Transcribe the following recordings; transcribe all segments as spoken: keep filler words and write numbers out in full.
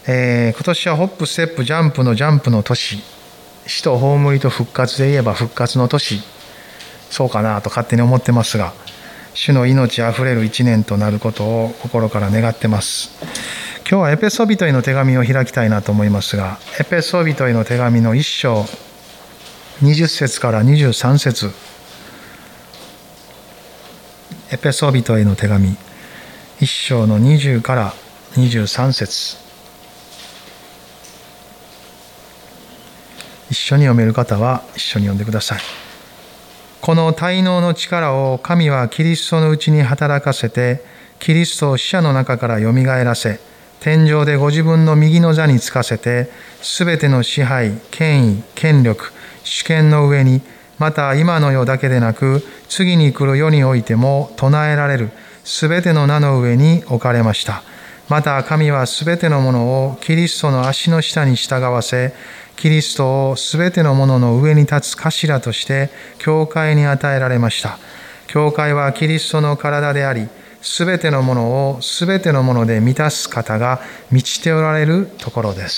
えー、今年はホップステップジャンプのジャンプの年、死と葬りと復活で言えば復活の年、そうかなと勝手に思ってますが、主の命あふれる一年となることを心から願ってます。今日はエペソビトへの手紙を開きたいなと思いますが、エペソビトへの手紙の一章にじゅっ節からにじゅうさん節、エペソビトへの手紙一章のにじゅうからにじゅうさん節、一緒に読める方は一緒に読んでください。この滞納の力を神はキリストのうちに働かせて、キリストを死者の中からよみがえらせ、天上でご自分の右の座につかせて、すべての支配、権威、権力、主権の上に、また今の世だけでなく、次に来る世においても唱えられるすべての名の上に置かれました。また神はすべてのものをキリストの足の下に従わせ、キリストをすべてのものの上に立つ頭として教会に与えられました。教会はキリストの体であり、すべてのものをすべてのもので満たす方が満ちておられるところです。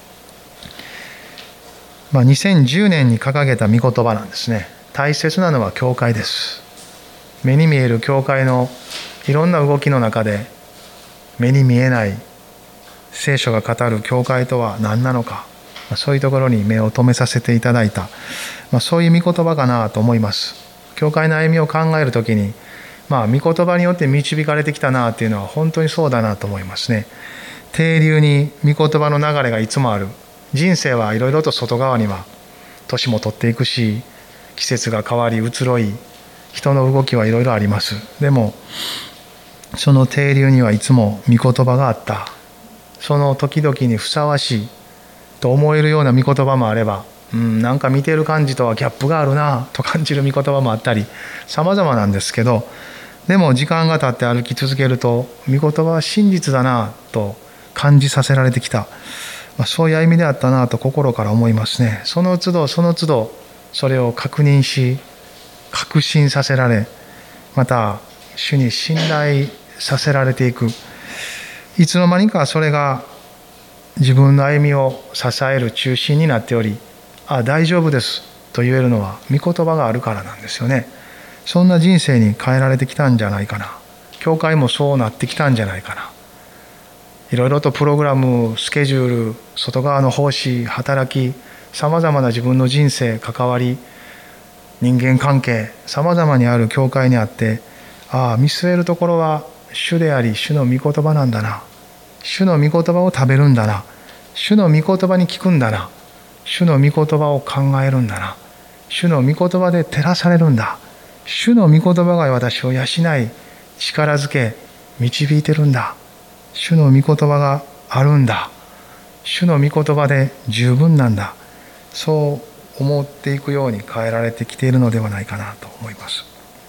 まあ、にせんじゅうねんに掲げた御言葉なんですね。大切なのは教会です。目に見える教会のいろんな動きの中で、目に見えない聖書が語る教会とは何なのか、そういうところに目を留めさせていただいた、まあ、そういう御言葉かなと思います。教会の歩みを考えるときに、まあ、御言葉によって導かれてきたなっていうのは本当にそうだなと思いますね。底流に御言葉の流れがいつもある。人生はいろいろと外側には年も取っていくし、季節が変わり移ろい、人の動きはいろいろあります。でもその底流にはいつも御言葉があった。その時々にふさわしいと思えるような御言葉もあれば、うん、なんか見てる感じとはギャップがあるなと感じる御言葉もあったり、様々なんですけど、でも時間が経って歩き続けると、御言葉は真実だなと感じさせられてきた、まあ、そういう歩みであったなと心から思いますね。その都度その都度それを確認し、確信させられ、また主に信頼させられていく。いつの間にかそれが自分の歩みを支える中心になっており、あ、大丈夫ですと言えるのは御言葉があるからなんですよね。そんな人生に変えられてきたんじゃないかな。教会もそうなってきたんじゃないかな。いろいろとプログラム、スケジュール、外側の奉仕、働き、さまざまな自分の人生、関わり、人間関係、さまざまにある教会にあって、ああ、見据えるところは主であり、主の御言葉なんだな。主の御言葉を食べるんだな。主の御言葉に聞くんだな。主の御言葉を考えるんだな。主の御言葉で照らされるんだ。主の御言葉が私を養い、力づけ、導いてるんだ。主の御言葉があるんだ。主の御言葉で十分なんだ。そう思っていくように変えられてきているのではないかなと思います。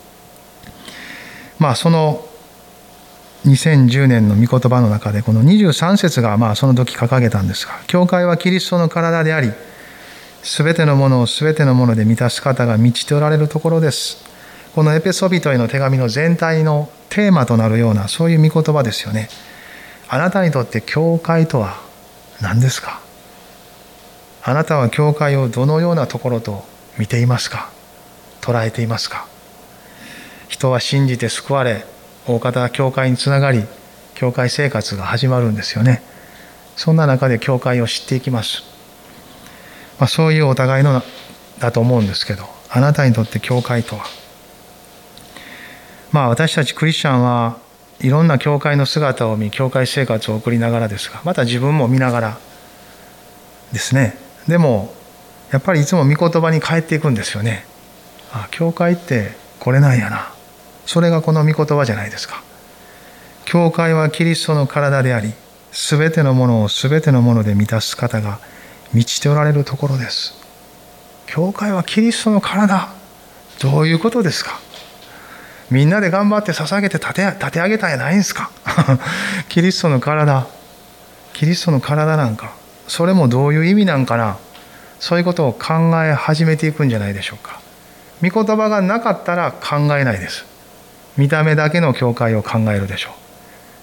まあそのにせんじゅうねんの御言葉の中でこのにじゅうさん節がまあその時掲げたんですが、教会はキリストの体であり、すべてのものをすべてのもので満たす方が満ちておられるところです。このエペソビトへの手紙の全体のテーマとなるようなそういう御言葉ですよね。あなたにとって教会とは何ですか？あなたは教会をどのようなところと見ていますか？捉えていますか？人は信じて救われ、大方は教会につながり、教会生活が始まるんですよね。そんな中で教会を知っていきます。まあ、そういうお互いのだと思うんですけど、あなたにとって教会とは、まあ私たちクリスチャンはいろんな教会の姿を見、教会生活を送りながらですが、また自分も見ながらですね。でもやっぱりいつも御言葉に帰っていくんですよね。あ、教会ってこれなんやな。それがこの御言葉じゃないですか。教会はキリストの体であり、すべてのものをすべてのもので満たす方が満ちておられるところです。教会はキリストの体。どういうことですか？みんなで頑張って捧げて立て、立て上げたんやないんですか？キリストの体。キリストの体なんか。それもどういう意味なんかな。そういうことを考え始めていくんじゃないでしょうか。御言葉がなかったら考えないです。見た目だけの教会を考えるでしょ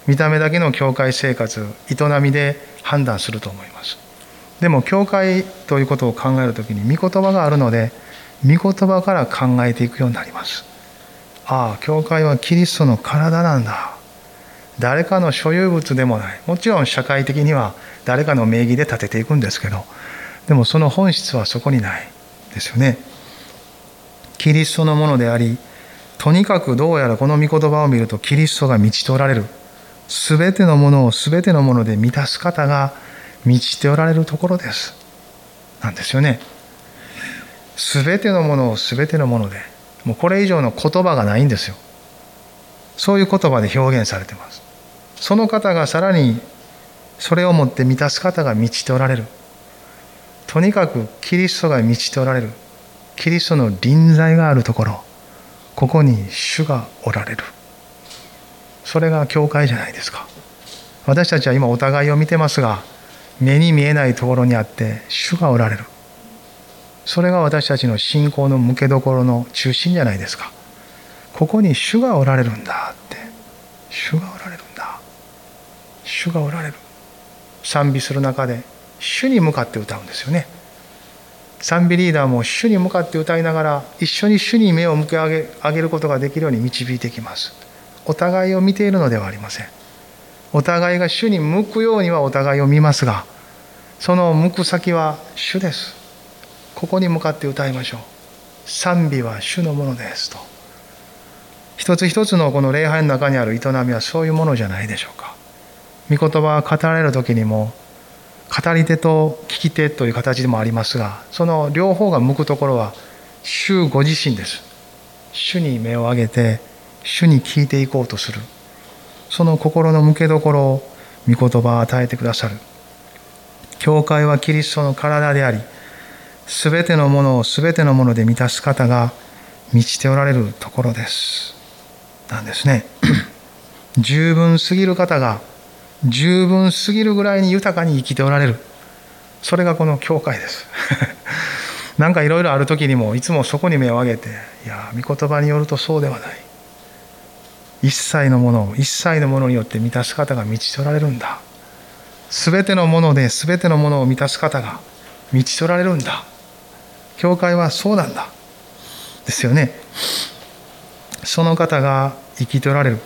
見た目だけの教会生活、営みで判断すると思います。でも教会ということを考えるときに御言葉があるので、御言葉から考えていくようになります。ああ、教会はキリストの体なんだ。誰かの所有物でもない。もちろん社会的には誰かの名義で建てていくんですけど、でもその本質はそこにないですよね。キリストのものであり、とにかくどうやらこの御言葉を見るとキリストが満ちておられる。すべてのものをすべてのもので満たす方が満ちておられるところです。なんですよね。すべてのものをすべてのもので、もうこれ以上の言葉がないんですよ。そういう言葉で表現されています。その方がさらにそれをもって満たす方が満ちておられる。とにかくキリストが満ちておられる。キリストの臨在があるところ、ここに主がおられる。それが教会じゃないですか。私たちは今お互いを見てますが、目に見えないところにあって主がおられる。それが私たちの信仰の向けどころの中心じゃないですか。ここに主がおられるんだって。主がおられるんだ。主がおられる。賛美する中で主に向かって歌うんですよね。賛美リーダーも主に向かって歌いながら一緒に主に目を向け上げ、上げることができるように導いてきます。お互いを見ているのではありません。お互いが主に向くようにはお互いを見ますが、その向く先は主です。ここに向かって歌いましょう。賛美は主のものですと。一つ一つのこの礼拝の中にある営みはそういうものじゃないでしょうか。御言葉が語られる時にも語り手と聞き手という形でもありますが、その両方が向くところは主ご自身です。主に目を上げて主に聞いていこうとする、その心の向けどころを御言葉を与えてくださる。教会はキリストの体であり、すべてのものをすべてのもので満たす方が満ちておられるところですなんですね。十分すぎる方が十分すぎるぐらいに豊かに生きておられる。それがこの教会です。なんかいろいろある時にもいつもそこに目を上げて、いや御言葉によるとそうではない。一切のものを一切のものによって満たす方が満ちておられるんだ。すべてのものですべてのものを満たす方が満ちておられるんだ。教会はそうなんだ。ですよね。その方が生きておられる。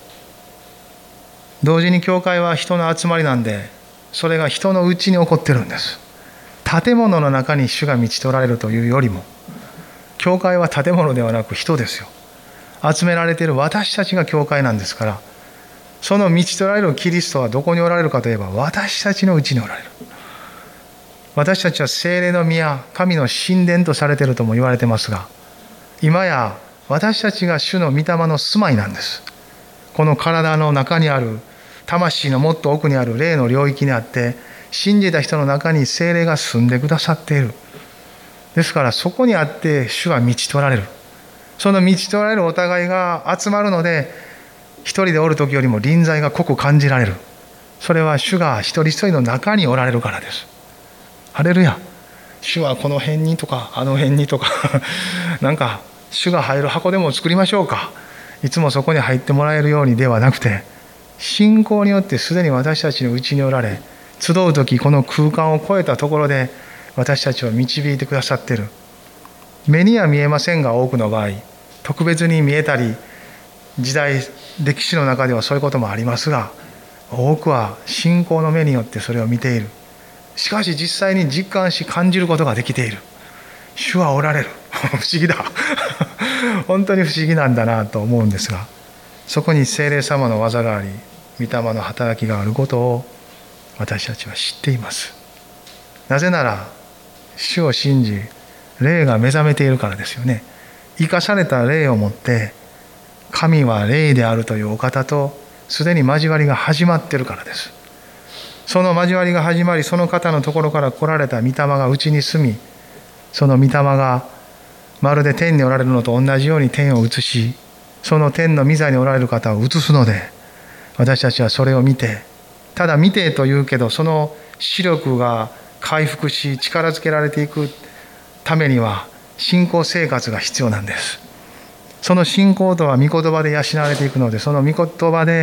同時に教会は人の集まりなんで、それが人のうちに起こってるんです。建物の中に主が満ちておられるというよりも、教会は建物ではなく人ですよ。集められている私たちが教会なんですから、その満ちておられるキリストはどこにおられるかといえば、私たちのうちにおられる。私たちは聖霊の宮、神の神殿とされているとも言われてますが、今や私たちが主の御霊の住まいなんです。この体の中にある、魂のもっと奥にある霊の領域にあって、信じた人の中に聖霊が住んでくださっている。ですからそこにあって主は満ちておられる。その満ちておられるお互いが集まるので、一人でおる時よりも臨在が濃く感じられる。それは主が一人一人の中におられるからです。ハレルヤ。主はこの辺にとかあの辺にとかなんか主が入る箱でも作りましょうか。いつもそこに入ってもらえるようにではなくて、信仰によってすでに私たちのうちにおられ、集う時この空間を超えたところで私たちを導いてくださっている。目には見えませんが、多くの場合特別に見えたり、時代歴史の中ではそういうこともありますが、多くは信仰の目によってそれを見ている。しかし実際に実感し感じることができている。主はおられる。不思議だ。本当に不思議なんだなと思うんですが、そこに聖霊様の技があり、御霊の働きがあることを私たちは知っています。なぜなら主を信じ、霊が目覚めているからですよね。生かされた霊をもって神は霊であるというお方とすでに交わりが始まっているからです。その交わりが始まり、その方のところから来られた御霊がうちに住み、その御霊がまるで天におられるのと同じように天を映し、その天の御座におられる方を映すので、私たちはそれを見て、ただ見てというけど、その視力が回復し力づけられていくためには信仰生活が必要なんです。その信仰とは御言葉で養われていくので、その御言葉で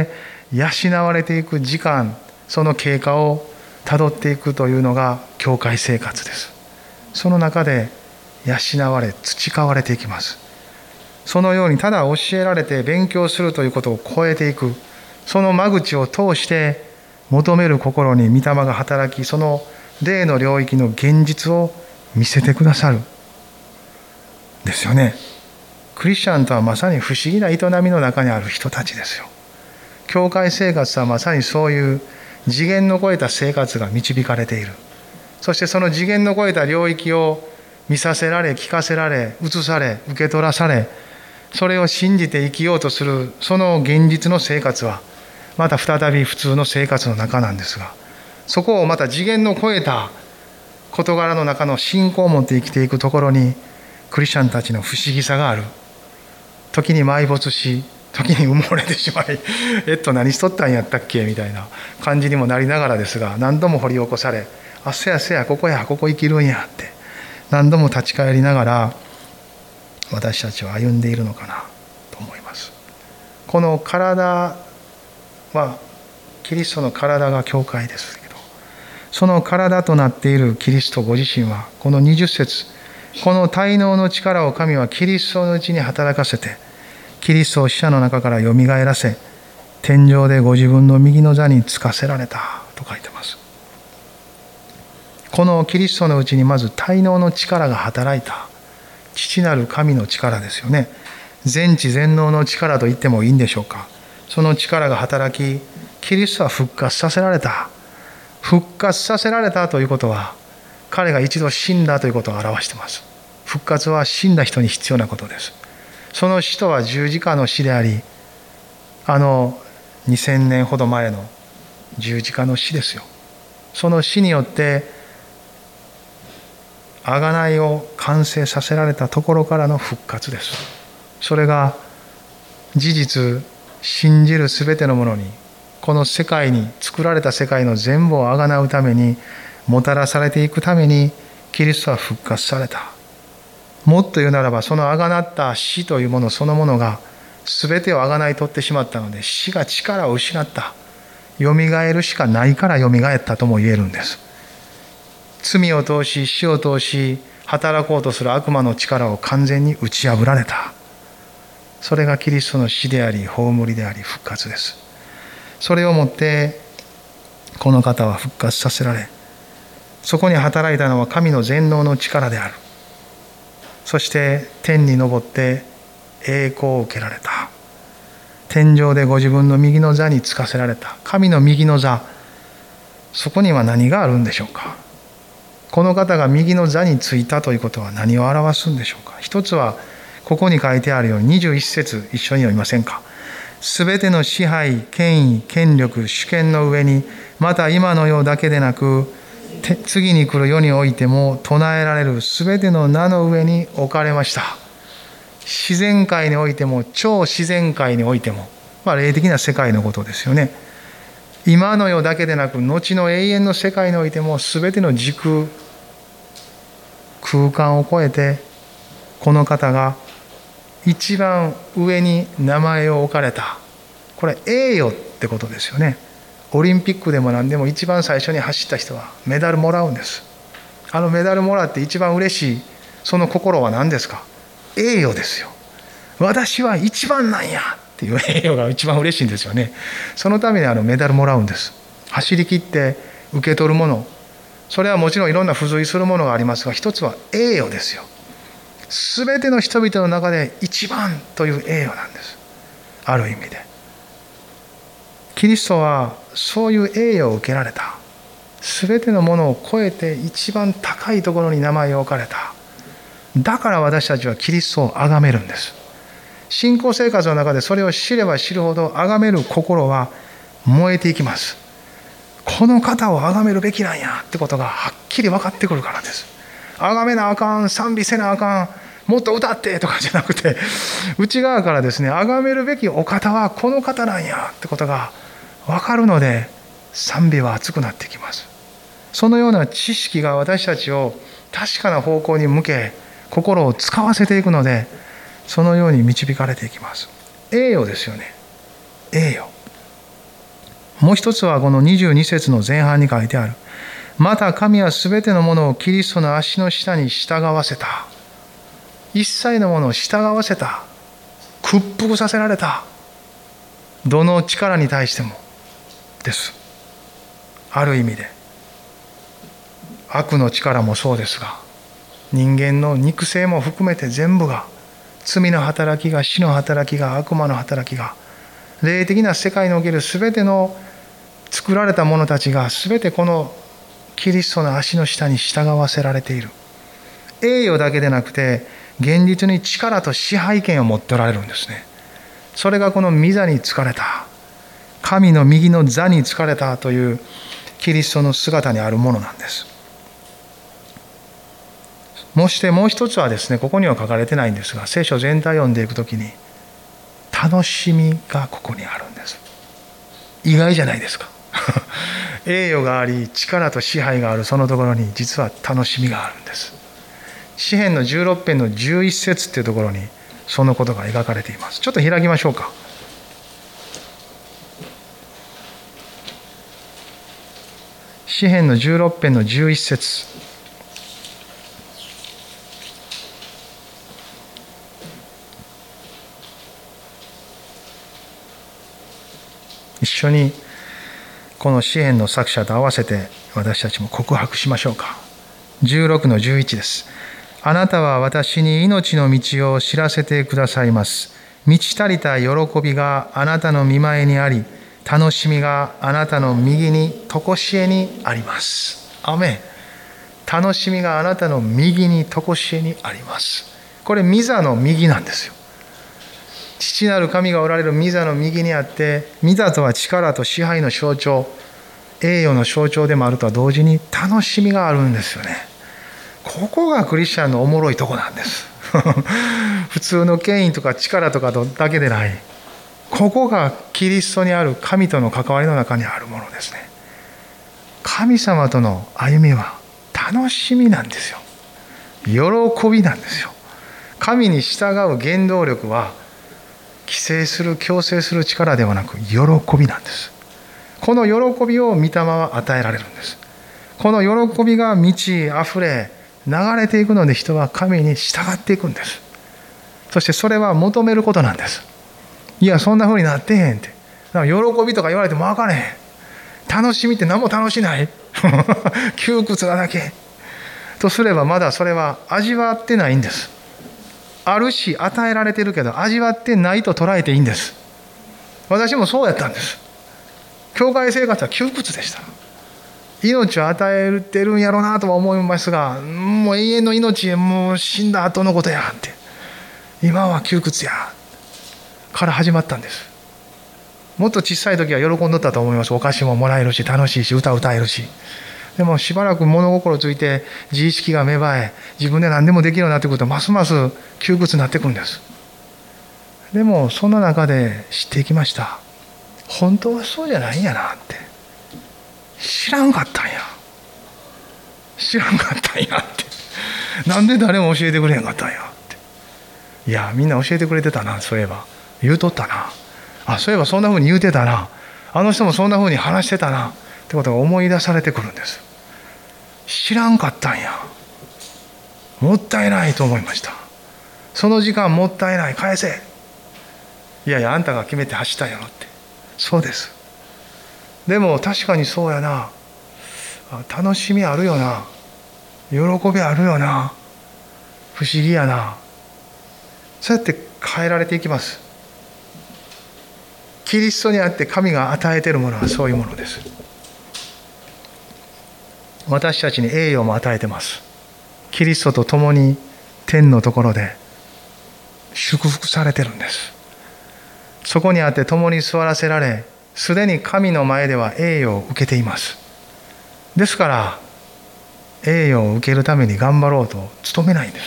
養われていく時間、その経過をたどっていくというのが教会生活です。その中で養われ培われていきます。そのようにただ教えられて勉強するということを超えていく、その間口を通して求める心に御霊が働き、その霊の領域の現実を見せてくださるですよね。クリスチャンとはまさに不思議な営みの中にある人たちですよ。教会生活はまさにそういう次元の超えた生活が導かれている。そしてその次元の超えた領域を見させられ、聞かせられ、映され、受け取らされ、それを信じて生きようとするその現実の生活はまた再び普通の生活の中なんですが、そこをまた次元の超えた事柄の中の信仰を持って生きていくところにクリスチャンたちの不思議さがある。時に埋没し、時に埋もれてしまいえっと何しとったんやったっけみたいな感じにもなりながらですが、何度も掘り起こされ、あせやせやここやここ生きるんやって何度も立ち返りながら私たちは歩んでいるのかなと思います。この体はキリストの体が教会ですけど、その体となっているキリストご自身はこのにじゅっ節、この大能の力を神はキリストのうちに働かせて、キリストを死者の中からよみがえらせ、天上でご自分の右の座につかせられたと書いてます。このキリストのうちにまず大能の力が働いた。父なる神の力ですよね。全知全能の力と言ってもいいんでしょうか。その力が働き、キリストは復活させられた。復活させられたということは、彼が一度死んだということを表しています。復活は死んだ人に必要なことです。その死とは十字架の死であり、あのにせんねんほど前の十字架の死ですよ。その死によって贖いを完成させられたところからの復活です。それが事実、信じるすべてのものに、この世界に、作られた世界の全部を贖うために、もたらされていくためにキリストは復活された。もっと言うならば、その贖った死というものそのものが全てを贖い取ってしまったので、死が力を失った。よみがえるしかないからよみがえったとも言えるんです。罪を通し、死を通し、働こうとする悪魔の力を完全に打ち破られた。それがキリストの死であり、葬りであり、復活です。それをもって、この方は復活させられ、そこに働いたのは神の全能の力である。そして天に昇って栄光を受けられた。天上でご自分の右の座につかせられた。神の右の座、そこには何があるんでしょうか。この方が右の座についたということは何を表すんでしょうか。一つはここに書いてあるようににじゅういち節一緒に読みませんか。すべての支配、権威、権力、主権の上に、また今の世だけでなく次に来る世においても唱えられるすべての名の上に置かれました。自然界においても超自然界においても、まあ霊的な世界のことですよね。今の世だけでなく後の永遠の世界においてもすべての時空、空間を超えてこの方が一番上に名前を置かれた。これ栄誉ってことですよね。オリンピックでも何でも一番最初に走った人はメダルもらうんです。あのメダルもらって一番嬉しいその心は何ですか。栄誉ですよ。私は一番なんやっていう栄誉が一番嬉しいんですよね。そのためにあのメダルもらうんです。走り切って受け取るもの、それはもちろんいろんな付随するものがありますが、一つは栄誉ですよ。すべての人々の中で一番という栄誉なんです。ある意味でキリストはそういう栄誉を受けられた。すべてのものを超えて一番高いところに名前を置かれた。だから私たちはキリストを崇めるんです。信仰生活の中でそれを知れば知るほど崇める心は燃えていきます。この方を崇めるべきなんやってことがはっきり分かってくるからです。崇めなあかん、賛美せなあかん、もっと歌ってとかじゃなくて、内側からですね、崇めるべきお方はこの方なんやってことが分かるので、賛美は熱くなってきます。そのような知識が私たちを確かな方向に向け、心を使わせていくので、そのように導かれていきます。栄誉ですよね。栄誉。 もう一つはこのにじゅうに節の前半に書いてある。また神はすべてのものをキリストの足の下に従わせた。一切のものを従わせた。屈服させられた。どの力に対してもです。ある意味で悪の力もそうですが、人間の肉声も含めて全部が、罪の働きが、死の働きが、悪魔の働きが、霊的な世界におけるすべての作られた者たちがすべてこのキリストの足の下に従わせられている。栄誉だけでなくて現実に力と支配権を持っておられるんですね。それがこの御座に就かれた、神の右の座に就かれたというキリストの姿にあるものなんです。そしてもう一つはですね、ここには書かれてないんですが、聖書全体を読んでいくときに楽しみがここにあるんです。意外じゃないですか栄誉があり力と支配があるそのところに実は楽しみがあるんです。詩編のじゅうろく編のじゅういち節っていうところにそのことが描かれています。ちょっと開きましょうか。詩編のじゅうろく編のじゅういち節。一緒にこの詩編の作者と合わせて私たちも告白しましょうか。じゅうろくのじゅういちです。あなたは私に命の道を知らせてくださいます。満ち足りた喜びがあなたの御前にあり、楽しみがあなたの右に常しえにあります。アメン。楽しみがあなたの右に常しえにあります。これ御座の右なんですよ。父なる神がおられる御座の右にあって、御座とは力と支配の象徴、栄誉の象徴でもあるとは同時に楽しみがあるんですよね。ここがクリスチャンのおもろいとこなんです普通の権威とか力とかだけでない、ここがキリストにある神との関わりの中にあるものですね。神様との歩みは楽しみなんですよ。喜びなんですよ。神に従う原動力は規制する強制する力ではなく喜びなんです。この喜びを御霊は与えられるんです。この喜びが満ち溢れ流れていくので、人は神に従っていくんです。そしてそれは求めることなんです。いやそんな風になってへんって、だから喜びとか言われても分からへん、楽しみって何も楽しない窮屈なだけとすれば、まだそれは味わってないんです。あるし与えられてるけど味わってないと捉えていいんです。私もそうやったんです。教会生活は窮屈でした。命を与えてるんやろうなとは思いますが、もう永遠の命、もう死んだ後のことやって、今は窮屈やから始まったんです。もっと小さい時は喜んどったと思います。お菓子ももらえるし楽しいし歌歌えるし。でもしばらく物心ついて自意識が芽生え、自分で何でもできるようになってくるとますます窮屈になってくるんです。でもその中で知っていきました。本当はそうじゃないんやなって。知らんかったんや知らんかったんやってなんで誰も教えてくれへんかったんやって。いやみんな教えてくれてたな、そういえば言うとったな、あそういえばそんな風に言うてたな、あの人もそんな風に話してたなってことが思い出されてくるんです。知らんかったんや、もったいないと思いました。その時間もったいない、返せ。いやいやあんたが決めて走ったんやろって。そうです。でも確かにそうやな、楽しみあるよな、喜びあるよな、不思議やな、そうやって変えられていきます。キリストにあって神が与えているものはそういうものです。私たちに栄誉も与えてます。キリストと共に天のところで祝福されてるんです。そこにあって共に座らせられ、すでに神の前では栄誉を受けています。ですから栄誉を受けるために頑張ろうと努めないんです。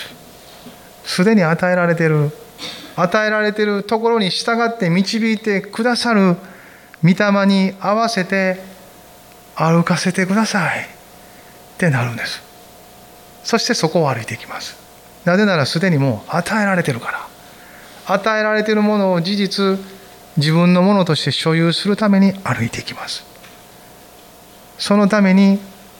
すでに与えられている与えられているところに従って導いてくださる御霊に合わせて歩かせてくださいってなるんです。そしてそこを歩いていきます。なぜならすでにもう与えられているから。与えられているものを事実自分のものとして所有するために歩いていきます。そのために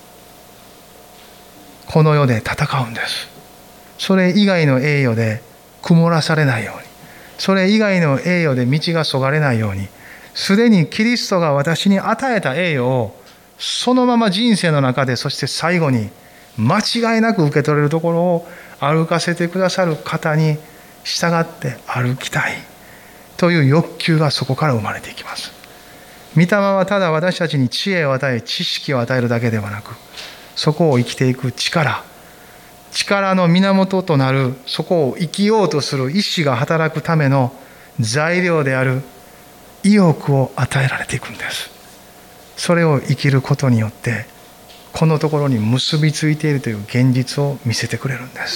この世で戦うんです。それ以外の栄誉で曇らされないように、それ以外の栄誉で道がそがれないように、すでにキリストが私に与えた栄誉をそのまま人生の中で、そして最後に間違いなく受け取れるところを歩かせてくださる方に従って歩きたいという欲求がそこから生まれていきます。御霊はただ私たちに知恵を与え、知識を与えるだけではなく、そこを生きていく力、力の源となる、そこを生きようとする意志が働くための材料である意欲を与えられていくんです。それを生きることによってこのところに結びついているという現実を見せてくれるんです。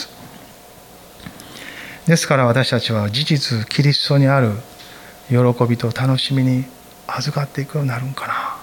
ですから私たちは事実キリストにある喜びと楽しみに預かっていくようになるんかな。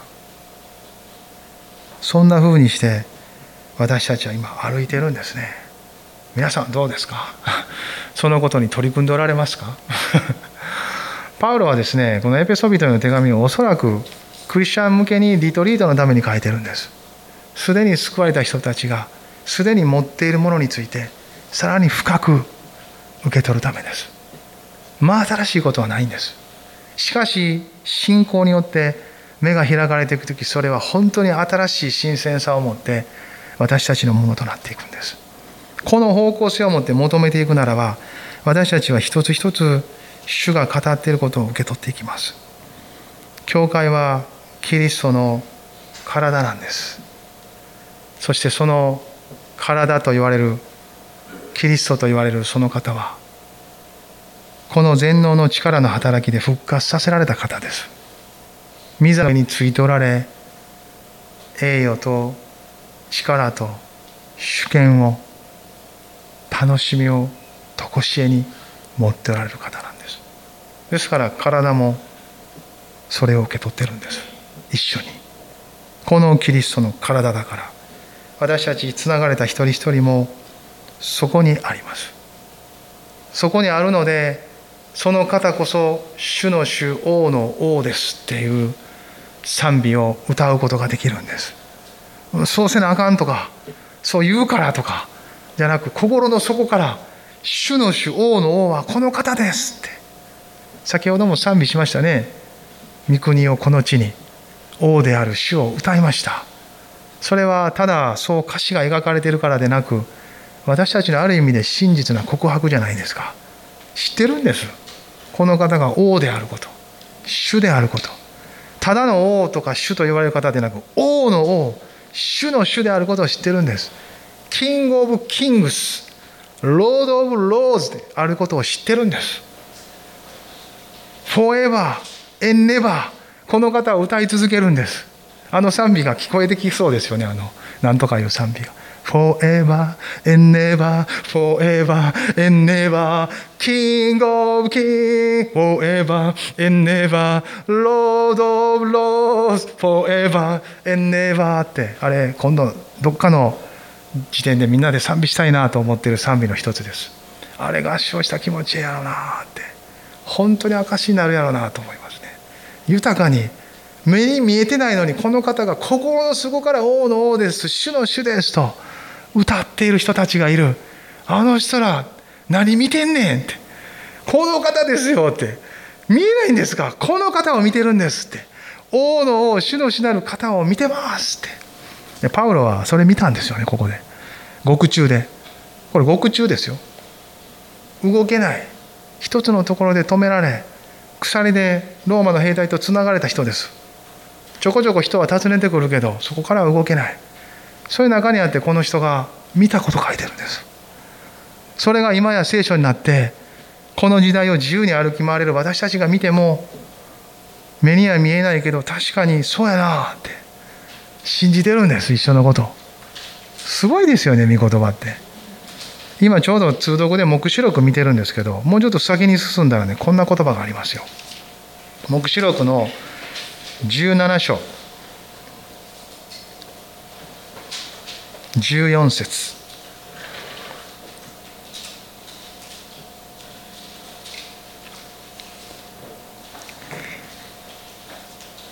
そんな風にして私たちは今歩いているんですね。皆さんどうですか？そのことに取り組んでおられますか？パウロはですね、このエペソビトへの手紙をおそらくクリスチャン向けにリトリートのために書いてるんです。すでに救われた人たちがすでに持っているものについてさらに深く受け取るためです。まあ新しいことはないんです。しかし信仰によって目が開かれていくとき、それは本当に新しい新鮮さを持って私たちのものとなっていくんです。この方向性を持って求めていくならば、私たちは一つ一つ主が語っていることを受け取っていきます。教会はキリストの体なんです。そしてその体と言われるキリストと言われるその方は、この全能の力の働きで復活させられた方です。御座についておられ、栄誉と力と主権を、楽しみを常しえに持っておられる方なんです。ですから体もそれを受け取ってるんです。一緒に。このキリストの体だから、私たちつながれた一人一人もそこにあります。そこにあるので、その方こそ主の主、王の王ですっていう賛美を歌うことができるんです。そうせなあかんとか、そう言うからとかじゃなく、心の底から主の主、王の王はこの方ですって、先ほども賛美しましたね。御国をこの地に、王である主を歌いました。それはただそう歌詞が描かれているからでなく、私たちのある意味で真実な告白じゃないですか。知ってるんです。この方が王であること、主であること。ただの王とか主と言われる方でなく、王の王、主の主であることを知ってるんです。キングオブキングス、ロードオブローズであることを知ってるんです。Forever and never、 この方を歌い続けるんです。あの賛美が聞こえてきそうですよね。あのなんとかいう賛美が Forever and never, forever and never, King of Kings, forever and never, Lord of Lords, forever and never って、あれ今度どっかの時点でみんなで賛美したいなと思っている賛美の一つです。あれ合唱した気持ちやろうなって、本当に証になるやろうなと思いますね。豊かに目に見えてないのに、この方が心の底から王の王です、主の主ですと歌っている人たちがいる。あの人ら何見てんねんって、この方ですよって、見えないんですか、この方を見てるんですって、王の王、主の主なる方を見てますって。でパウロはそれ見たんですよね。ここで獄中で、これ獄中ですよ。動けない、一つのところで止められ、鎖でローマの兵隊とつながれた人です。ちょこちょこ人は訪ねてくるけど、そこからは動けない。そういう中にあって、この人が見たことを書いてるんです。それが今や聖書になって、この時代を自由に歩き回れる私たちが見ても、目には見えないけど確かにそうやなって信じてるんです。一緒のこと。すごいですよね、御言葉って。今ちょうど通読で黙示録見てるんですけど、もうちょっと先に進んだらね、こんな言葉がありますよ。黙示録のじゅうなな章じゅうよん節。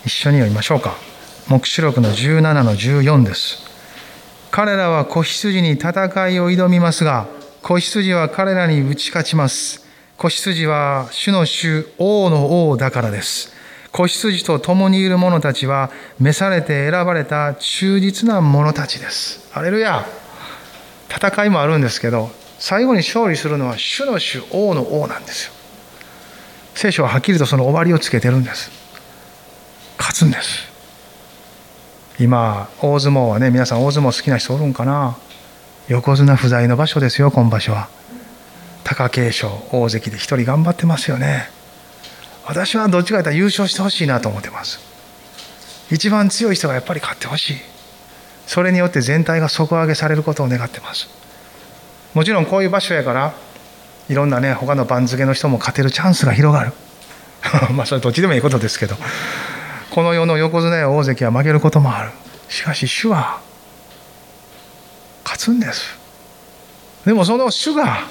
一緒に読みましょうか。黙示録のじゅうななのじゅうよんです。彼らは子羊に戦いを挑みますが、子羊は彼らに打ち勝ちます。子羊は主の主、王の王だからです。子羊と共にいる者たちは召されて選ばれた忠実な者たちです。ハレルヤ。戦いもあるんですけど、最後に勝利するのは主の主、王の王なんですよ。聖書ははっきりとその終わりをつけてるんです。勝つんです。今大相撲はね、皆さん大相撲好きな人おるんかな。横綱不在の場所ですよ。今場所は貴景勝大関で一人頑張ってますよね。私はどっちかというと優勝してほしいなと思ってます。一番強い人がやっぱり勝ってほしい。それによって全体が底上げされることを願ってます。もちろんこういう場所やからいろんなね他の番付の人も勝てるチャンスが広がるまあそれどっちでもいいことですけど、この世の横綱や大関は負けることもある。しかし主は勝つんです。でもその主が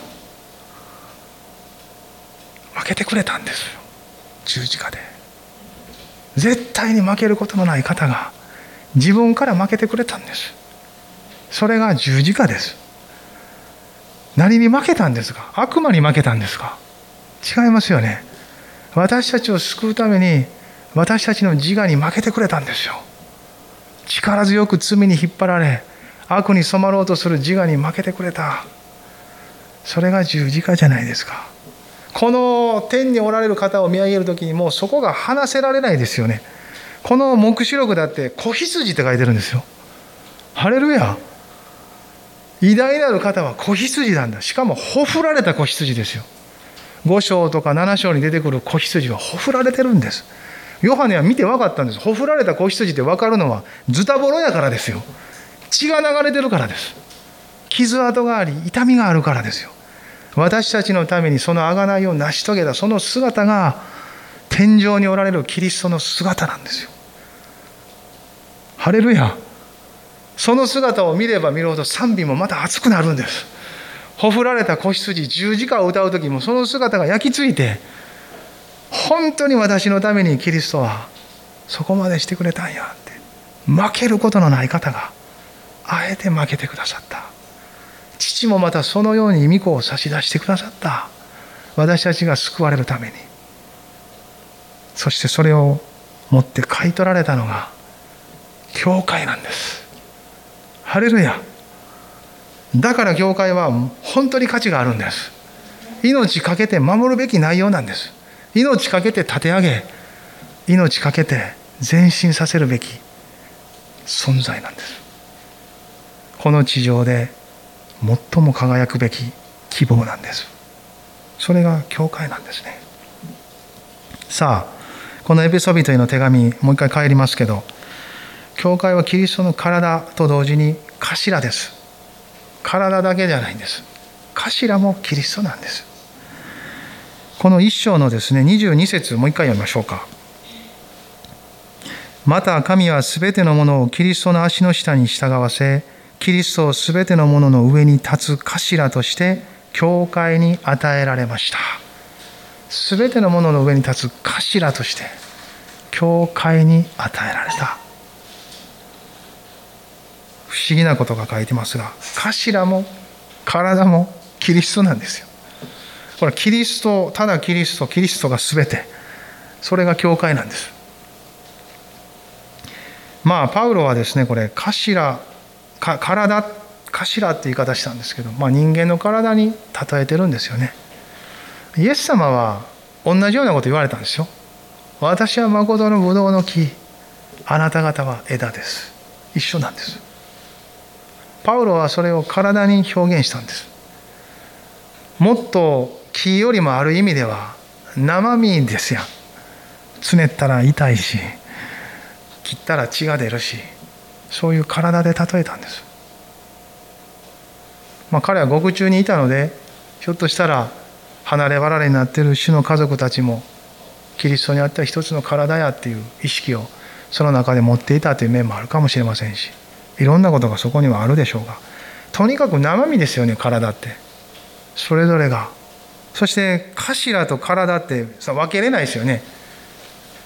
負けてくれたんですよ。十字架で絶対に負けることのない方が自分から負けてくれたんです。それが十字架です。何に負けたんですか？悪魔に負けたんですか？違いますよね。私たちを救うために私たちの自我に負けてくれたんですよ。力強く罪に引っ張られ悪に染まろうとする自我に負けてくれた。それが十字架じゃないですか。この天におられる方を見上げるときにもうそこが離せられないですよね。この黙示録だって子羊って書いてるんですよ。ハレルヤ。偉大なる方は子羊なんだ。しかもほふられた子羊ですよ。ご章とかなな章に出てくる子羊はほふられてるんです。ヨハネは見て分かったんです。ほふられた子羊って分かるのはズタボロやからですよ。血が流れてるからです。傷跡があり痛みがあるからですよ。私たちのためにその贖いを成し遂げたその姿が天上におられるキリストの姿なんですよ。ハレルヤ。その姿を見れば見るほど賛美もまた熱くなるんです。ほふられた子羊、十字架を歌う時もその姿が焼き付いて、本当に私のためにキリストはそこまでしてくれたんやって、負けることのない方があえて負けてくださった。父もまたそのように御子を差し出してくださった。私たちが救われるために。そしてそれを持って買い取られたのが教会なんです。ハレルヤ。だから教会は本当に価値があるんです。命かけて守るべき内容なんです。命かけて立て上げ、命かけて前進させるべき存在なんです。この地上で最も輝くべき希望なんです。それが教会なんですね。さあ、このエペソビトへの手紙、もう一回帰りますけど、教会はキリストの体と同時に頭です。体だけじゃないんです。頭もキリストなんです。この一章のですね、にじゅうに節、もう一回読みましょうか。また神はすべてのものをキリストの足の下に従わせ、キリストをすべてのものの上に立つ頭として教会に与えられました。すべてのものの上に立つ頭として教会に与えられた。不思議なことが書いてますが、頭も体もキリストなんですよ。これキリスト、ただキリスト、キリストがすべて、それが教会なんです。まあパウロはですね、これ頭か体頭って言い方したんですけど、まあ、人間の体に例えてるんですよね。イエス様は同じようなこと言われたんですよ。私は誠のブドウの木、あなた方は枝です。一緒なんです。パウロはそれを体に表現したんです。もっと木よりもある意味では生身ですやん。つねったら痛いし、切ったら血が出るし、そういう体で例えたんです。まあ、彼は獄中にいたので、ひょっとしたら離れ離れになっている主の家族たちもキリストにあった一つの体やっていう意識をその中で持っていたという面もあるかもしれませんし、いろんなことがそこにはあるでしょうが、とにかく生身ですよね、体って。それぞれが。そして頭と体って分けれないですよね。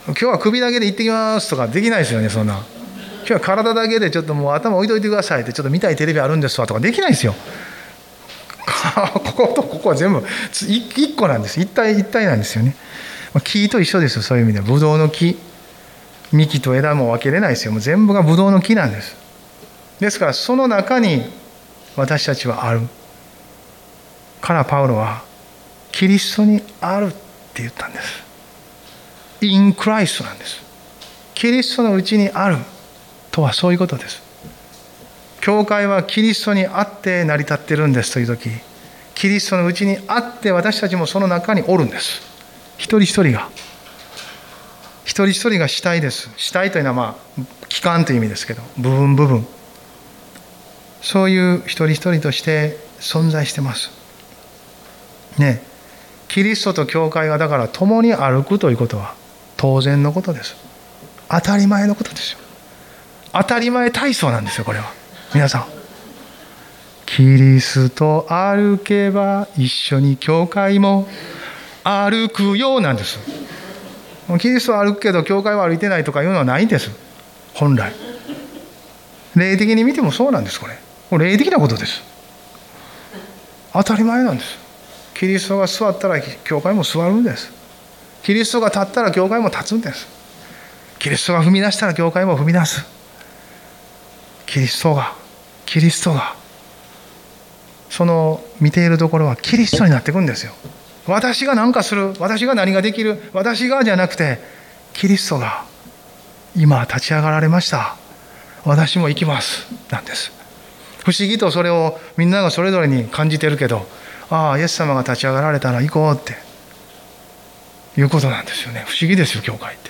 今日は首だけで行ってきますとかできないですよね。そんな今日は体だけでちょっともう頭置いといてくださいって、ちょっと見たいテレビあるんですわとかできないですよ。こことここは全部一個なんです。一体一体なんですよね。木と一緒ですよ。そういう意味でブドウの木、幹と枝も分けれないですよ。もう全部がブドウの木なんです。ですからその中に私たちはあるからパウロはキリストにあるって言ったんです。インクライストなんです。キリストのうちにあるとはそういうことです。教会はキリストにあって成り立ってるんですという時、キリストのうちにあって私たちもその中におるんです。一人一人が一人一人が主体です。主体というのはまあ器官という意味ですけど、部分部分、そういう一人一人として存在してますね。キリストと教会がだから共に歩くということは当然のことです。当たり前のことですよ。当たり前体操なんですよ。これは皆さん、キリスト歩けば一緒に教会も歩くようなんです。キリストは歩くけど教会は歩いてないとかいうのはないんです。本来霊的に見てもそうなんです。これこれ霊的なことです。当たり前なんです。キリストが座ったら教会も座るんです。キリストが立ったら教会も立つんです。キリストが踏み出したら教会も踏み出す。キリストがキリストがその見ているところはキリストになっていくんですよ。私が何かする、私が何ができる、私がじゃなくて、キリストが今立ち上がられました、私も行きますなんです。不思議とそれをみんながそれぞれに感じてるけど、ああイエス様が立ち上がられたら行こうっていうことなんですよね。不思議ですよ教会って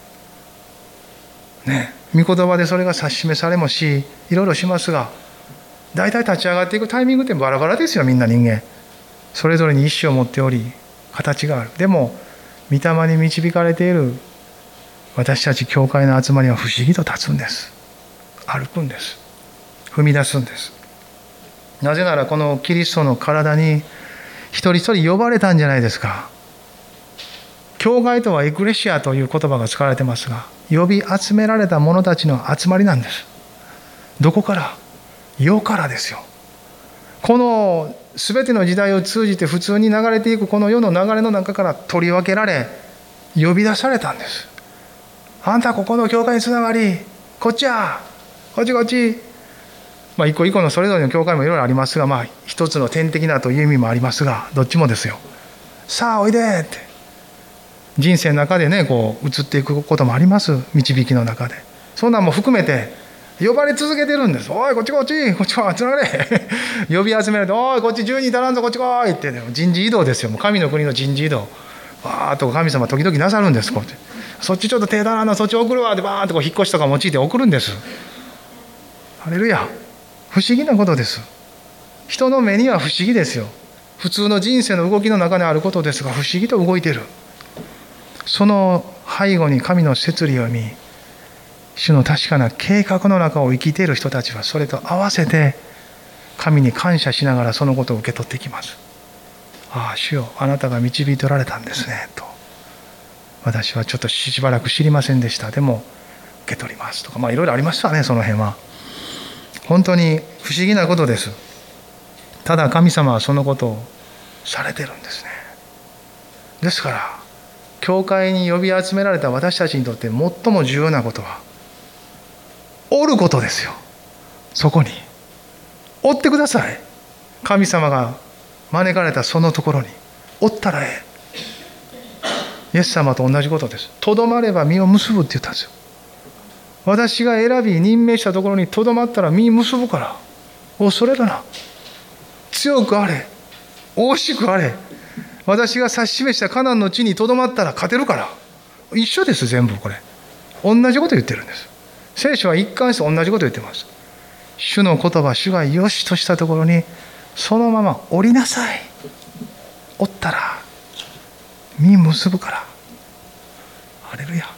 ね。御言葉でそれが指し示されもし、いろいろしますが、大体立ち上がっていくタイミングってバラバラですよ。みんな人間それぞれに意志を持っており形がある。でも御霊に導かれている私たち教会の集まりは不思議と立つんです。歩くんです。踏み出すんです。なぜならこのキリストの体に一人一人呼ばれたんじゃないですか。教会とはエクレシアという言葉が使われてますが、呼び集められた者たちの集まりなんです。どこから？世からですよ。この全ての時代を通じて普通に流れていくこの世の流れの中から取り分けられ呼び出されたんです。あんたここの教会につながり、こっちやこっちこっち、まあ一個一個のそれぞれの教会もいろいろありますが、まあ一つの点的なという意味もありますが、どっちもですよ。さあおいでって人生の中でねこう移っていくこともあります。導きの中でそんなんも含めて呼ばれ続けてるんです。おいこっちこっちこっちこっちつながれ呼び集められて、おいこっちじゅうにん足らんぞこっち来いって、ね、人事異動ですよ。もう神の国の人事異動わーっと神様時々なさるんです。こうやってそっちちょっと手足らんなそっち送るわってバーンとこう引っ越しとか用いて送るんです。ハレルヤ。不思議なことです。人の目には不思議ですよ。普通の人生の動きの中にあることですが、不思議と動いている。その背後に神の摂理を見、主の確かな計画の中を生きている人たちはそれと合わせて神に感謝しながらそのことを受け取っていきます。ああ主よあなたが導いておられたんですねと、私はちょっとしばらく知りませんでした、でも受け取りますとか、まあいろいろありましたね。その辺は本当に不思議なことです。ただ神様はそのことをされてるんですね。ですから教会に呼び集められた私たちにとって最も重要なことはおることですよ。そこにおってください。神様が招かれたそのところにおったらええ。イエス様と同じことです。とどまれば実を結ぶって言ったんですよ。私が選び任命したところにとどまったら実結ぶから、恐れるな、強くあれ、大しくあれ、私が指し示したカナンの地にとどまったら勝てるから。一緒です。全部これ同じこと言ってるんです。聖書は一貫して同じこと言ってます。主の言葉、主がよしとしたところにそのまま降りなさい。おったら実結ぶから。ハレルヤ。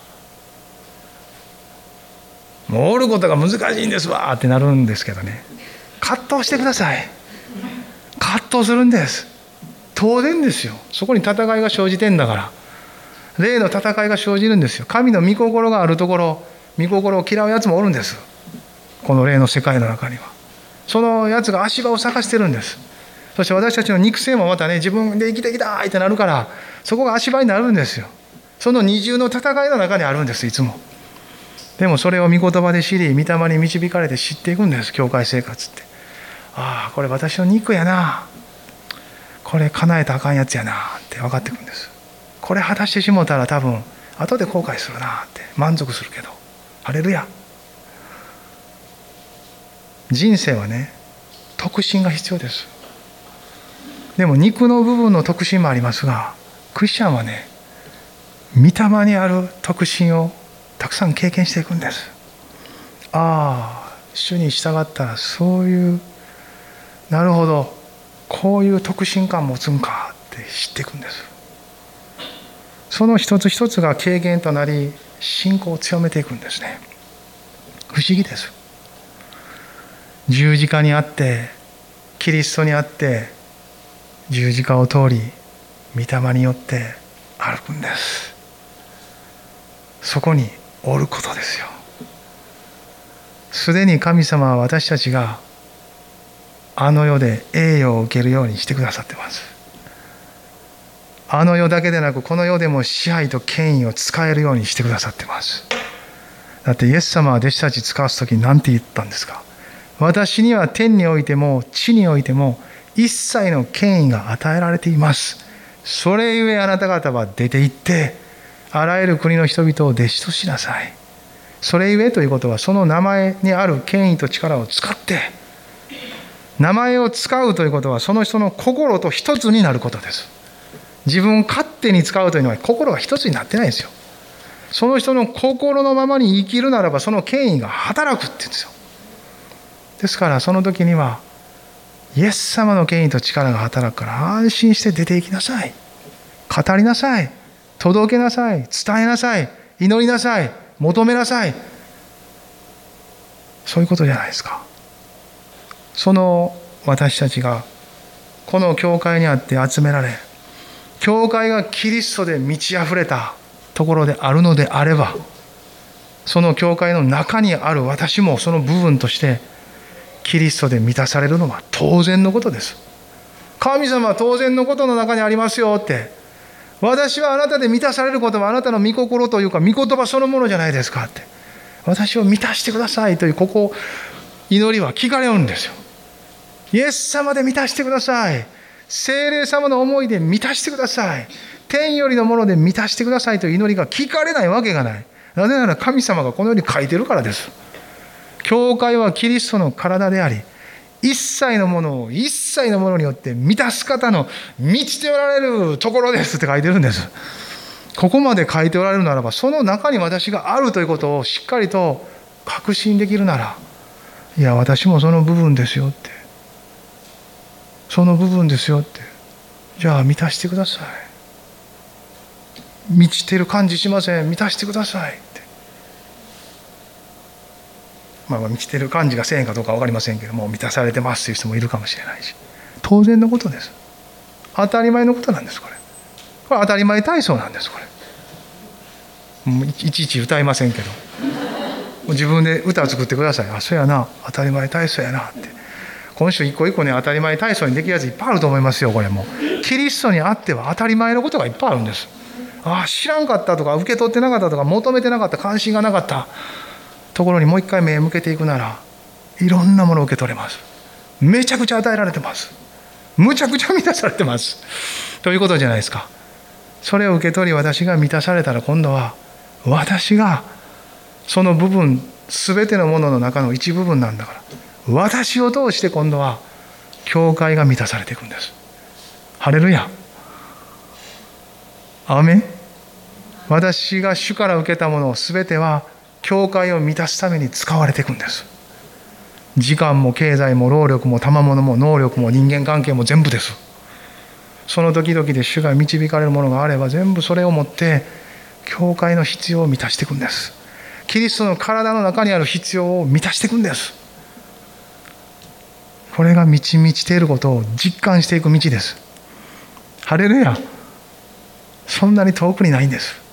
もうおることが難しいんですわってなるんですけどね、葛藤してください。葛藤するんです。当然ですよ。そこに戦いが生じてんだから。 霊の戦いが生じるんですよ。神の御心があるところ、御心を嫌うやつもおるんです。この霊の世界の中には。そのやつが足場を探してるんです。そして私たちの肉声もまたね、自分で生きてきたってなるから、そこが足場になるんですよ。その二重の戦いの中にあるんです、いつも。でもそれを御言葉で知り、御霊に導かれて知っていくんです、教会生活って。ああ、これ私の肉やな。これ叶えたらあかんやつやなって分かってくるんです。これ果たしてしもたら多分、後で後悔するなって満足するけど。ハレルヤ。人生はね、特進が必要です。でも肉の部分の特進もありますが、クリスチャンはね、御霊にある特進をたくさん経験していくんです。ああ、主に従ったらそういう、なるほど、こういう特進感持つんかって知っていくんです。その一つ一つが経験となり、信仰を強めていくんですね。不思議です。十字架にあって、キリストにあって、十字架を通り、御霊によって歩くんです。そこにおることですよ。すでに神様は私たちがあの世で栄誉を受けるようにしてくださってます。あの世だけでなくこの世でも支配と権威を使えるようにしてくださってます。だってイエス様は弟子たち使わすときに何て言ったんですか。私には天においても地においても一切の権威が与えられています。それゆえあなた方は出て行ってあらゆる国の人々を弟子としなさい。それゆえということはその名前にある権威と力を使って名前を使うということはその人の心と一つになることです。自分勝手に使うというのは心が一つになってないんですよ。その人の心のままに生きるならばその権威が働くって言うんですよ。ですからその時にはイエス様の権威と力が働くから安心して出て行きなさい。語りなさい。届けなさい。伝えなさい。祈りなさい。求めなさい。そういうことじゃないですか。その私たちがこの教会にあって集められ、教会がキリストで満ち溢れたところであるのであれば、その教会の中にある私もその部分としてキリストで満たされるのは当然のことです。神様は当然のことの中にありますよって。私はあなたで満たされることはあなたの御心というか御言葉そのものじゃないですかって。私を満たしてくださいというここ祈りは聞かれるんですよ。イエス様で満たしてください。聖霊様の思いで満たしてください。天よりのもので満たしてくださいという祈りが聞かれないわけがない。なぜなら神様がこのように書いてるからです。教会はキリストの体であり、一切のものを一切のものによって満たす方の満ちておられるところですって書いてるんです。ここまで書いておられるならば、その中に私があるということをしっかりと確信できるなら、いや私もその部分ですよって、その部分ですよって、じゃあ満たしてください。満ちてる感じしません。満たしてくださいって。まあ満ちてる感じがせえんかどうか分かりませんけども、満たされてますという人もいるかもしれないし、当然のことです。当たり前のことなんです。これこれ当たり前体操なんです。これもういちいち歌いませんけど、自分で歌を作ってください。あ、そうやな、当たり前体操やなって。今週一個一個ね、当たり前体操にできるやついっぱいあると思いますよ。これもキリストにあっては当たり前のことがいっぱいあるんです。ああ、知らんかったとか受け取ってなかったとか求めてなかった、関心がなかったところにもう一回目を向けていくなら、いろんなものを受け取れます。めちゃくちゃ与えられてます。むちゃくちゃ満たされてますということじゃないですか。それを受け取り私が満たされたら、今度は私がその部分全てのものの中の一部分なんだから、私を通して今度は教会が満たされていくんです。ハレルヤ。アーメン。私が主から受けたものを全ては教会を満たすために使われていくんです。時間も経済も労力も賜物も能力も人間関係も全部です。その時々で主が導かれるものがあれば、全部それをもって教会の必要を満たしていくんです。キリストの体の中にある必要を満たしていくんです。これが満ち満ちていることを実感していく道です。ハレルヤ。そんなに遠くにないんです。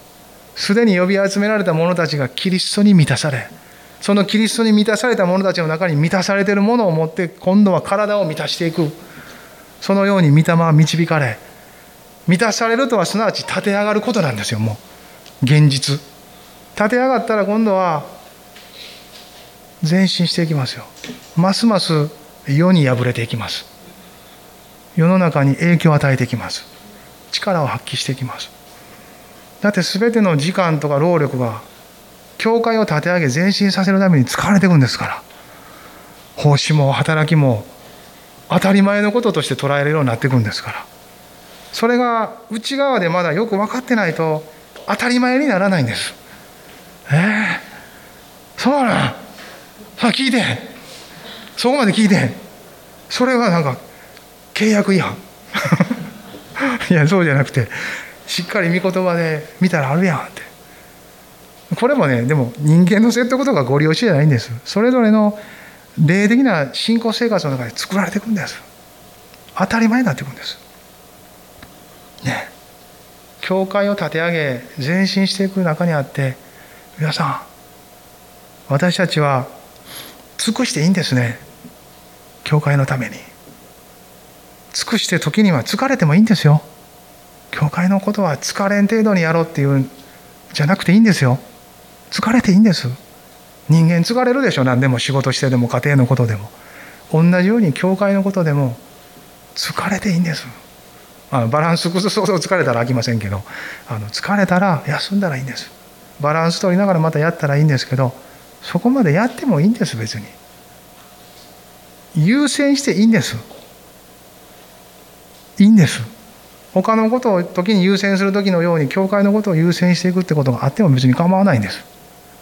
すでに呼び集められた者たちがキリストに満たされ、そのキリストに満たされた者たちの中に満たされているものを持って今度は体を満たしていく。そのように御霊は導かれ、満たされるとはすなわち立て上がることなんですよ。もう現実立て上がったら今度は前進していきますよ。ますます世に敗れていきます。世の中に影響を与えていきます。力を発揮していきます。だって全ての時間とか労力が教会を立て上げ前進させるために使われていくんですから、奉仕も働きも当たり前のこととして捉えるようになっていくんですから、それが内側でまだよく分かってないと当たり前にならないんです。えー、そうなん、さあ聞いて、そこまで聞いて、それはなんか契約違反いやそうじゃなくて、しっかり御言葉で見たらあるやんって。これもね、でも人間の説得とかご利用しじゃないんです。それぞれの霊的な信仰生活の中で作られていくんです。当たり前になっていくんですね。教会を立て上げ前進していく中にあって、皆さん私たちは尽くしていいんですね。教会のために尽くして、時には疲れてもいいんですよ。教会のことは疲れん程度にやろうっていうんじゃなくていいんですよ。疲れていいんです。人間疲れるでしょ。何でも仕事してでも家庭のことでも同じように教会のことでも疲れていいんです。あのバランス崩すほど疲れたら飽きませんけど、あの疲れたら休んだらいいんです。バランス取りながらまたやったらいいんですけど、そこまでやってもいいんです。別に優先していいんです。いいんです。他のことを時に優先する時のように教会のことを優先していくってことがあっても別に構わないんです。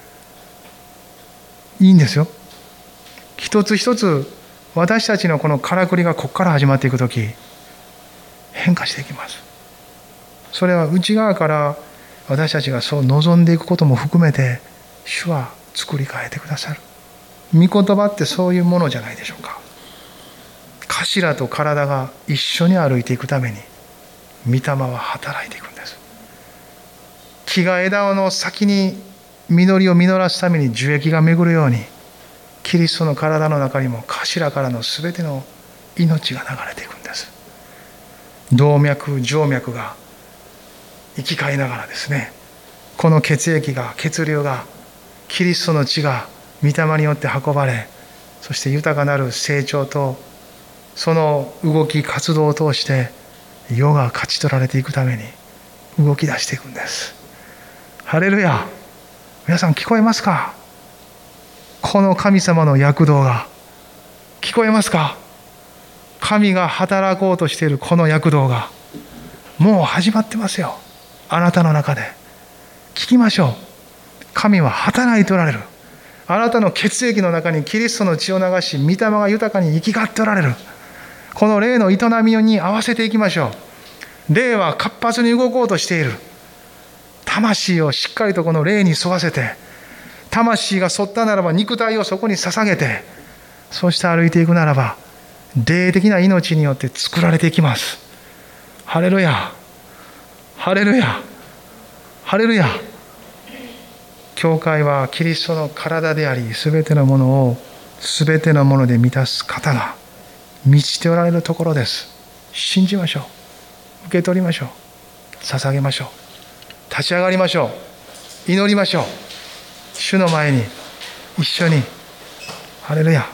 いいんですよ。一つ一つ私たちのこのからくりがここから始まっていく時、変化していきます。それは内側から私たちがそう望んでいくことも含めて主は作り変えてくださる。御言葉ってそういうものじゃないでしょうか。頭と体が一緒に歩いていくために御霊は働いていくんです。木が枝の先に実りを実らすために樹液が巡るように、キリストの体の中にも頭からのすべての命が流れていくんです。動脈静脈が生き返りながらですね、この血液が血流がキリストの血が御霊によって運ばれ、そして豊かなる成長とその動き活動を通して世が勝ち取られていくために動き出していくんです。ハレルヤ。皆さん聞こえますか？この神様の躍動が聞こえますか？神が働こうとしているこの躍動がもう始まってますよ。あなたの中で聞きましょう。神は働いておられる。あなたの血液の中にキリストの血を流し、御霊が豊かに生き交っておられる。この霊の営みに合わせていきましょう。霊は活発に動こうとしている。魂をしっかりとこの霊に沿わせて、魂が沿ったならば肉体をそこに捧げて、そして歩いていくならば霊的な命によって作られていきます。ハレルヤ、ハレルヤ、ハレルヤ。教会はキリストの体であり、すべてのものをすべてのもので満たす方が満ちておられるところです。信じましょう。受け取りましょう。捧げましょう。立ち上がりましょう。祈りましょう。主の前に一緒に。ハレルヤ。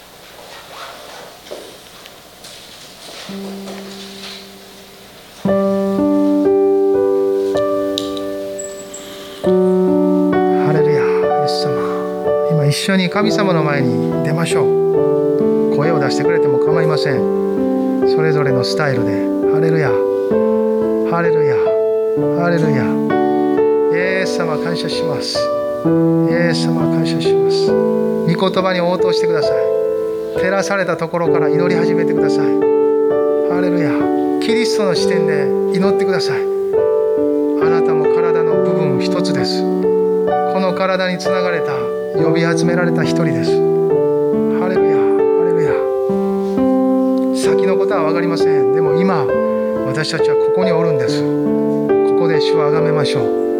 ハレルヤ。イエス様、今一緒に神様の前に出ましょう。声を出してくれても構いません。それぞれのスタイルで。ハレルヤ、ハレルヤ、ハレルヤ。イエス様感謝します。イエス様感謝します。御言葉に応答してください。照らされたところから祈り始めてください。ハレルヤ。キリストの視点で祈ってください。あなたも体の部分一つです。この体につながれた、呼び集められた一人です。ハレルヤ、ハレルヤ。先のことは分かりません。でも今私たちはここにおるんです。ここで主をあがめましょう。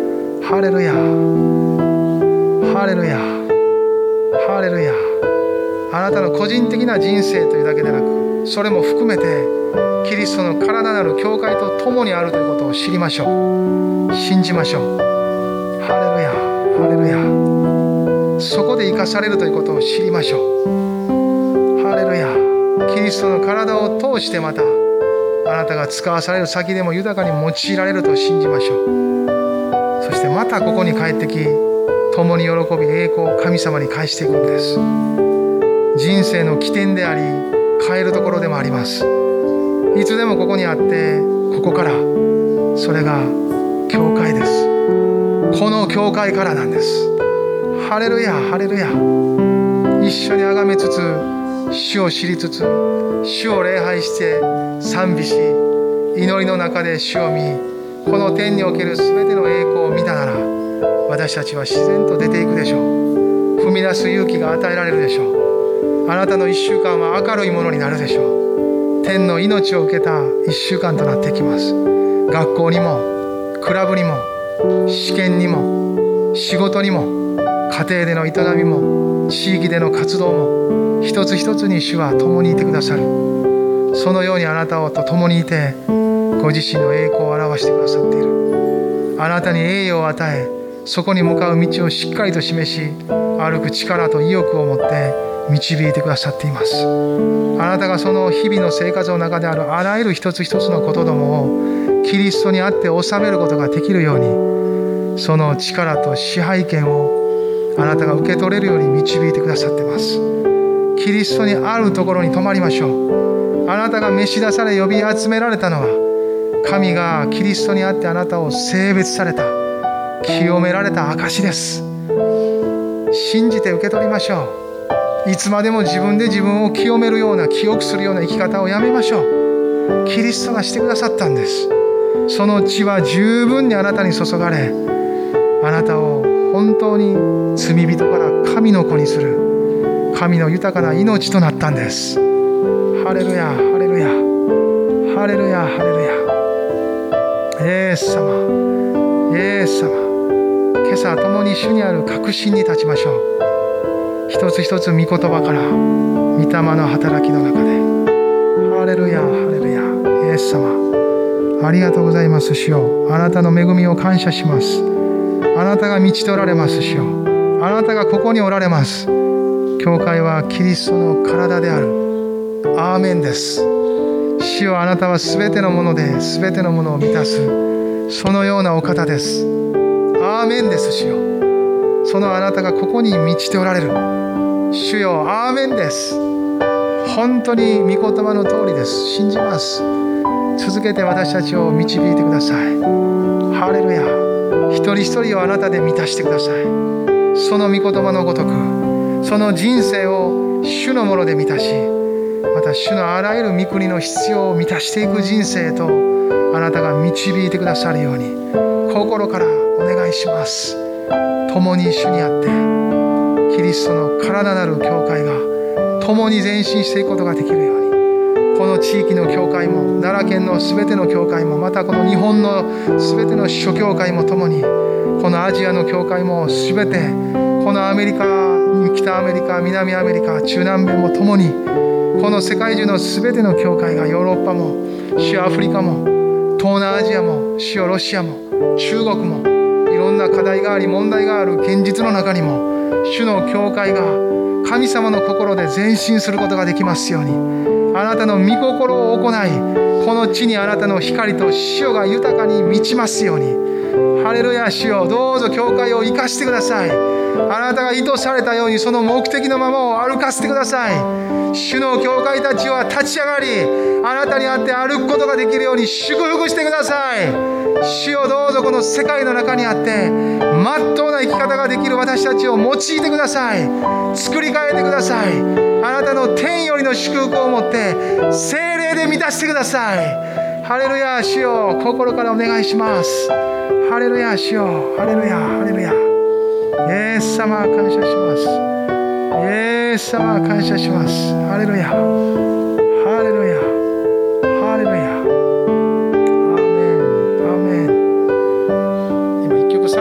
ハレルヤ、ハレルヤ、ハレルヤ。あなたの個人的な人生というだけでなく、それも含めてキリストの体なる教会と共にあるということを知りましょう。信じましょう。ハレルヤ、ハレルヤ。そこで生かされるということを知りましょう。ハレルヤ。キリストの体を通してまたあなたが使わされる先でも豊かに用いられると信じましょう。そしてまたここに帰ってき、共に喜び栄光を神様に返していくんです。人生の起点であり、変えるところでもあります。いつでもここにあって、ここから、それが教会です。この教会からなんです。ハレルヤ、ハレルヤ。一緒に崇めつつ、主を知りつつ、主を礼拝して賛美し、祈りの中で主を見、この天における全ての栄光を見たなら、私たちは自然と出ていくでしょう。踏み出す勇気が与えられるでしょう。あなたの一週間は明るいものになるでしょう。天の命を受けた一週間となってきます。学校にも、クラブにも、試験にも、仕事にも、家庭での営みも、地域での活動も、一つ一つに主は共にいてくださる。そのようにあなたと共にいて、ご自身の栄光を表してくださっている。あなたに栄誉を与え、そこに向かう道をしっかりと示し、歩く力と意欲を持って導いてくださっています。あなたがその日々の生活の中であるあらゆる一つ一つのことどもをキリストにあって収めることができるように、その力と支配権をあなたが受け取れるように導いてくださっています。キリストにあるところに泊まりましょう。あなたが召し出され呼び集められたのは、神がキリストにあってあなたを聖別された、清められた証です。信じて受け取りましょう。いつまでも自分で自分を清めるような、清くするような生き方をやめましょう。キリストがしてくださったんです。その血は十分にあなたに注がれ、あなたを本当に罪人から神の子にする神の豊かな命となったんです。ハレルヤ、ハレルヤ、ハレルヤ、ハレルヤ。イエス様、イエス様、今朝共に主にある確信に立ちましょう。一つ一つ御言葉から御霊の働きの中で。ハレルヤ、ハレルヤ。イエス様、ありがとうございます主よ。あなたの恵みを感謝します。あなたが満ちておられます主よ。あなたがここにおられます。教会はキリストの体である。アーメンです。主よ、あなたはすべてのものですべてのものを満たす、そのようなお方です。アーメンです主よ。そのあなたがここに満ちておられる主よ。アーメンです。本当に御言葉の通りです。信じます。続けて私たちを導いてください。ハレルヤ。一人一人をあなたで満たしてください。その御言葉のごとく、その人生を主のもので満たし、また主のあらゆる御国の必要を満たしていく人生とあなたが導いてくださるように心からお願いします。共に主にあってキリストの体なる教会が共に前進していくことができるように、この地域の教会も奈良県のすべての教会も、またこの日本のすべての諸教会も共に、このアジアの教会もすべて、このアメリカ、北アメリカ、南アメリカ、中南米も共に、この世界中のすべての教会が、ヨーロッパも主アフリカも東南アジアも主ロシアも中国も、いろんな課題があり問題がある現実の中にも、主の教会が神様の心で前進することができますように、あなたの御心を行い、この地にあなたの光と塩が豊かに満ちますように。ハレルヤ。主よ、どうぞ教会を生かしてください。あなたが意図されたようにその目的のままを歩かせてください。主の教会たちは立ち上がり、あなたにあって歩くことができるように祝福してください。主よ、どうぞこの世界の中にあってまっとうな生き方ができる私たちを用いてください。作り変えてください。あなたの天よりの祝福を持って聖霊で満たしてください。ハレルヤ。主よ、心からお願いします。ハレルヤ。主よ、ハレルヤ、ハレルヤ。イエス様、感謝します。イエス様、感謝します。ハレルヤ、ハレルヤ、ハレルヤ。アーメン、アーメン。今一曲賛美したいです。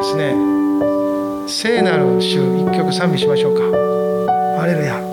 ですね、聖なる主一曲賛美しましょうか。ハレルヤ。